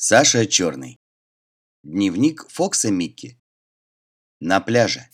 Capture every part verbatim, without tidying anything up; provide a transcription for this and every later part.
Саша Черный. Дневник Фокса Микки. На пляже.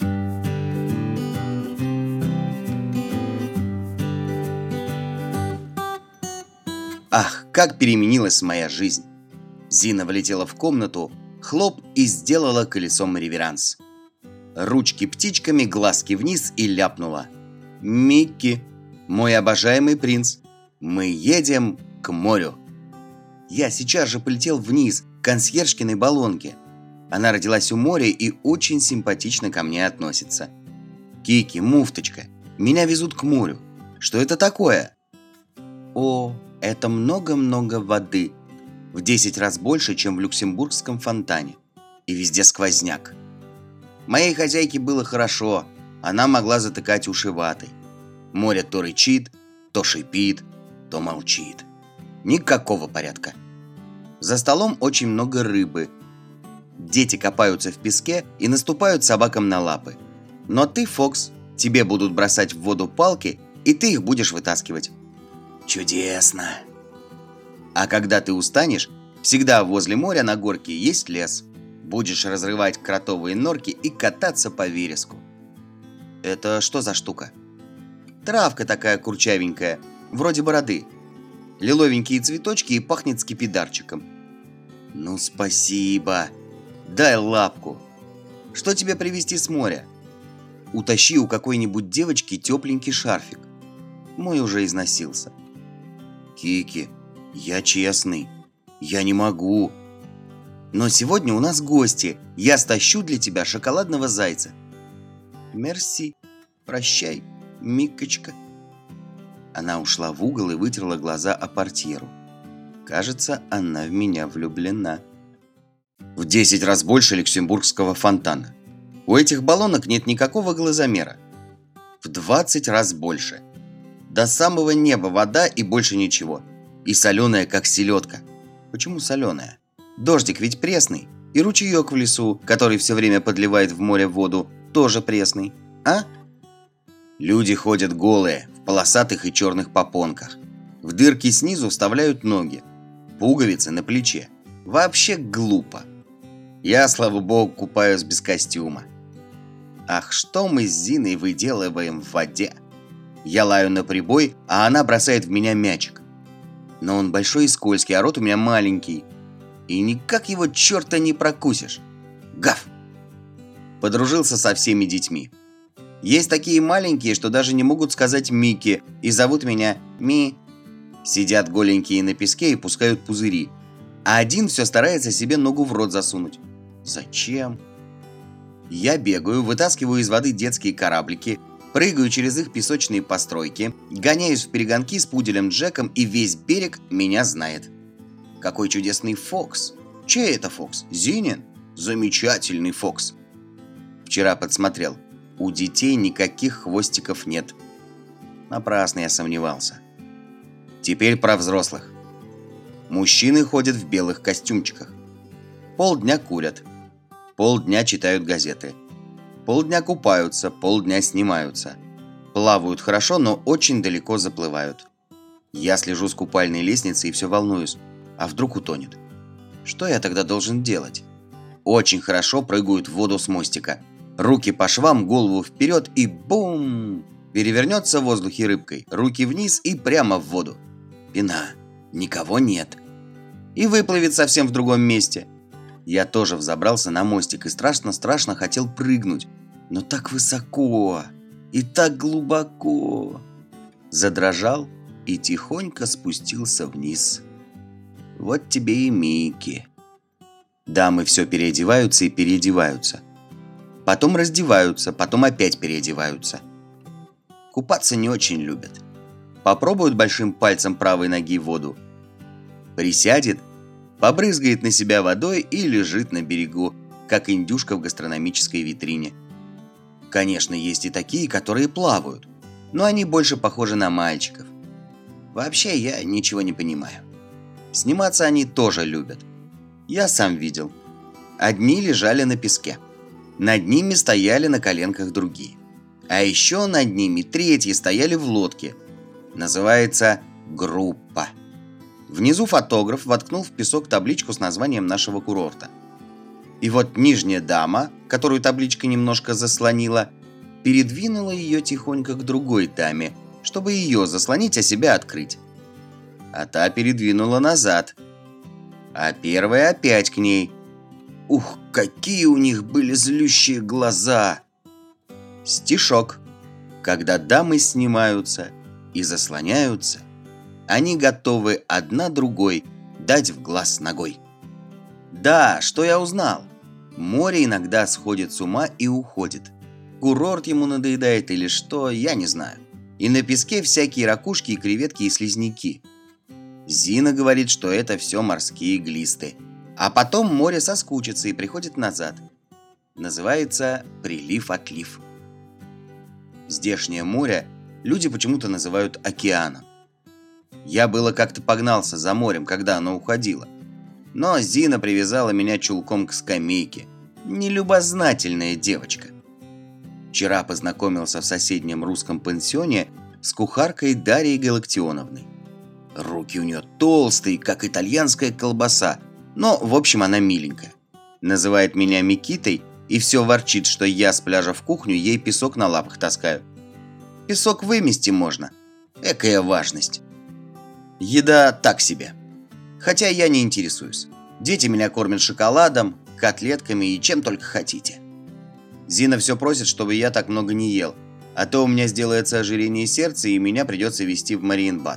Ах, как переменилась моя жизнь! Зина влетела в комнату, хлоп, и сделала колесом реверанс. Ручки птичками, глазки вниз, и ляпнула: «Микки, мой обожаемый принц, мы едем к морю». Я сейчас же полетел вниз, к консьержкиной баллонке. Она родилась у моря и очень симпатично ко мне относится. «Кики, муфточка, меня везут к морю. Что это такое?» «О, это много-много воды. В десять раз больше, чем в Люксембургском фонтане. И везде сквозняк. Моей хозяйке было хорошо. Она могла затыкать уши ватой. Море то рычит, то шипит, то молчит. Никакого порядка. За столом очень много рыбы. Дети копаются в песке и наступают собакам на лапы. Но ты, Фокс, тебе будут бросать в воду палки, и ты их будешь вытаскивать. Чудесно! А когда ты устанешь, всегда возле моря на горке есть лес. Будешь разрывать кротовые норки и кататься по вереску. Это что за штука? Травка такая курчавенькая, вроде бороды. Лиловенькие цветочки и пахнет скипидарчиком. Ну, спасибо. Дай лапку. Что тебе привезти с моря? Утащи у какой-нибудь девочки тепленький шарфик. Мой уже износился. Кики, я честный. Я не могу. Но сегодня у нас гости. Я стащу для тебя шоколадного зайца. Мерси. Прощай, Микочка. Она ушла в угол и вытерла глаза о портьеру. Кажется, она в меня влюблена. В десять раз больше Люксембургского фонтана. У этих баллонок нет никакого глазомера. В двадцать раз больше. До самого неба вода и больше ничего. И соленая, как селедка. Почему соленая? Дождик ведь пресный. И ручеек в лесу, который все время подливает в море воду, тоже пресный. А? Люди ходят голые, в полосатых и черных попонках. В дырки снизу вставляют ноги. Пуговицы на плече. Вообще глупо. Я, слава богу, купаюсь без костюма. Ах, что мы с Зиной выделываем в воде. Я лаю на прибой, а она бросает в меня мячик. Но он большой и скользкий, а рот у меня маленький. И никак его черта не прокусишь. Гав! Подружился со всеми детьми. Есть такие маленькие, что даже не могут сказать Микки, и зовут меня Ми. Сидят голенькие на песке и пускают пузыри. А один все старается себе ногу в рот засунуть. Зачем? Я бегаю, вытаскиваю из воды детские кораблики, прыгаю через их песочные постройки, гоняюсь в перегонки с пуделем Джеком, и весь берег меня знает. Какой чудесный Фокс! Чей это Фокс? Зинин? Замечательный Фокс! Вчера подсмотрел. У детей никаких хвостиков нет. Напрасно я сомневался. Теперь про взрослых. Мужчины ходят в белых костюмчиках. Полдня курят. Полдня читают газеты. Полдня купаются, полдня снимаются. Плавают хорошо, но очень далеко заплывают. Я слежу с купальной лестницы и все волнуюсь. А вдруг утонет? Что я тогда должен делать? Очень хорошо прыгают в воду с мостика. Руки по швам, голову вперед и бум! Перевернется в воздухе рыбкой, руки вниз и прямо в воду. Пина. Никого нет. И выплывет совсем в другом месте. Я тоже взобрался на мостик и страшно-страшно хотел прыгнуть. Но так высоко и так глубоко. Задрожал и тихонько спустился вниз. Вот тебе и Микки. Дамы все переодеваются и переодеваются. Потом раздеваются, потом опять переодеваются. Купаться не очень любят. Попробуют большим пальцем правой ноги в воду. Присядет, побрызгает на себя водой и лежит на берегу, как индюшка в гастрономической витрине. Конечно, есть и такие, которые плавают, но они больше похожи на мальчиков. Вообще, я ничего не понимаю. Сниматься они тоже любят. Я сам видел. Одни лежали на песке. Над ними стояли на коленках другие. А еще над ними третьи стояли в лодке. Называется группа. Внизу фотограф воткнул в песок табличку с названием нашего курорта. И вот нижняя дама, которую табличка немножко заслонила, передвинула ее тихонько к другой даме, чтобы ее заслонить, а себя открыть. А та передвинула назад. А первая опять к ней. Ух, какие у них были злющие глаза! Стишок. Когда дамы снимаются и заслоняются, они готовы одна другой дать в глаз ногой. Да, что я узнал? Море иногда сходит с ума и уходит. Курорт ему надоедает или что, я не знаю. И на песке всякие ракушки и креветки и слизняки. Зина говорит, что это все морские глисты. А потом море соскучится и приходит назад. Называется прилив-отлив. Здешнее море люди почему-то называют океаном. Я было как-то погнался за морем, когда оно уходило. Но Зина привязала меня чулком к скамейке. Нелюбознательная девочка. Вчера познакомился в соседнем русском пансионе с кухаркой Дарьей Галактионовной. Руки у нее толстые, как итальянская колбаса, но, в общем, она миленькая. Называет меня Микитой и все ворчит, что я с пляжа в кухню ей песок на лапах таскаю. Песок вымести можно. Экая важность. Еда так себе. Хотя я не интересуюсь. Дети меня кормят шоколадом, котлетками и чем только хотите. Зина все просит, чтобы я так много не ел, а то у меня сделается ожирение сердца и меня придется везти в Мариенбад.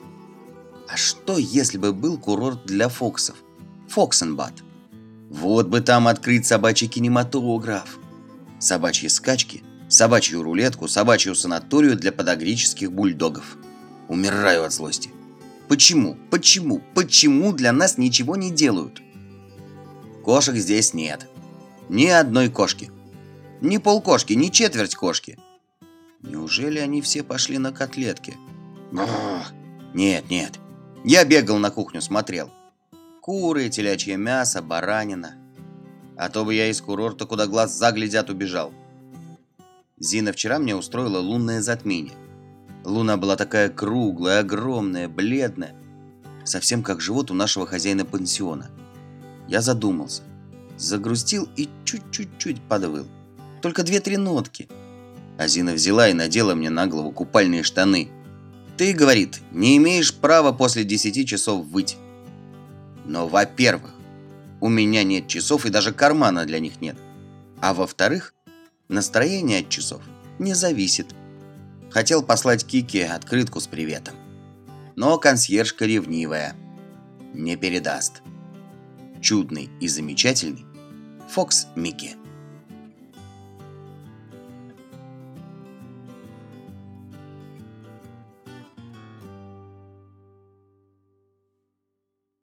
А что, если бы был курорт для фоксов? Фоксенбад. Вот бы там открыть собачий кинематограф. Собачьи скачки, собачью рулетку, собачью санаторию для подагрических бульдогов. Умираю от злости. Почему, почему, почему для нас ничего не делают? Кошек здесь нет. Ни одной кошки. Ни полкошки, ни четверть кошки. Неужели они все пошли на котлетки? Ах, нет, нет. Я бегал на кухню, смотрел. Куры, телячье мясо, баранина. А то бы я из курорта, куда глаз заглядят, убежал. Зина вчера мне устроила лунное затмение. Луна была такая круглая, огромная, бледная. Совсем как живот у нашего хозяина пансиона. Я задумался. Загрустил и чуть-чуть подвыл. Только две-три нотки. А Зина взяла и надела мне на голову купальные штаны. Ты, говорит, не имеешь права после десяти часов выть. Но, во-первых, у меня нет часов и даже кармана для них нет. А во-вторых, настроение от часов не зависит. Хотел послать Кике открытку с приветом. Но консьержка ревнивая. Не передаст. Чудный и замечательный Фокс Микки.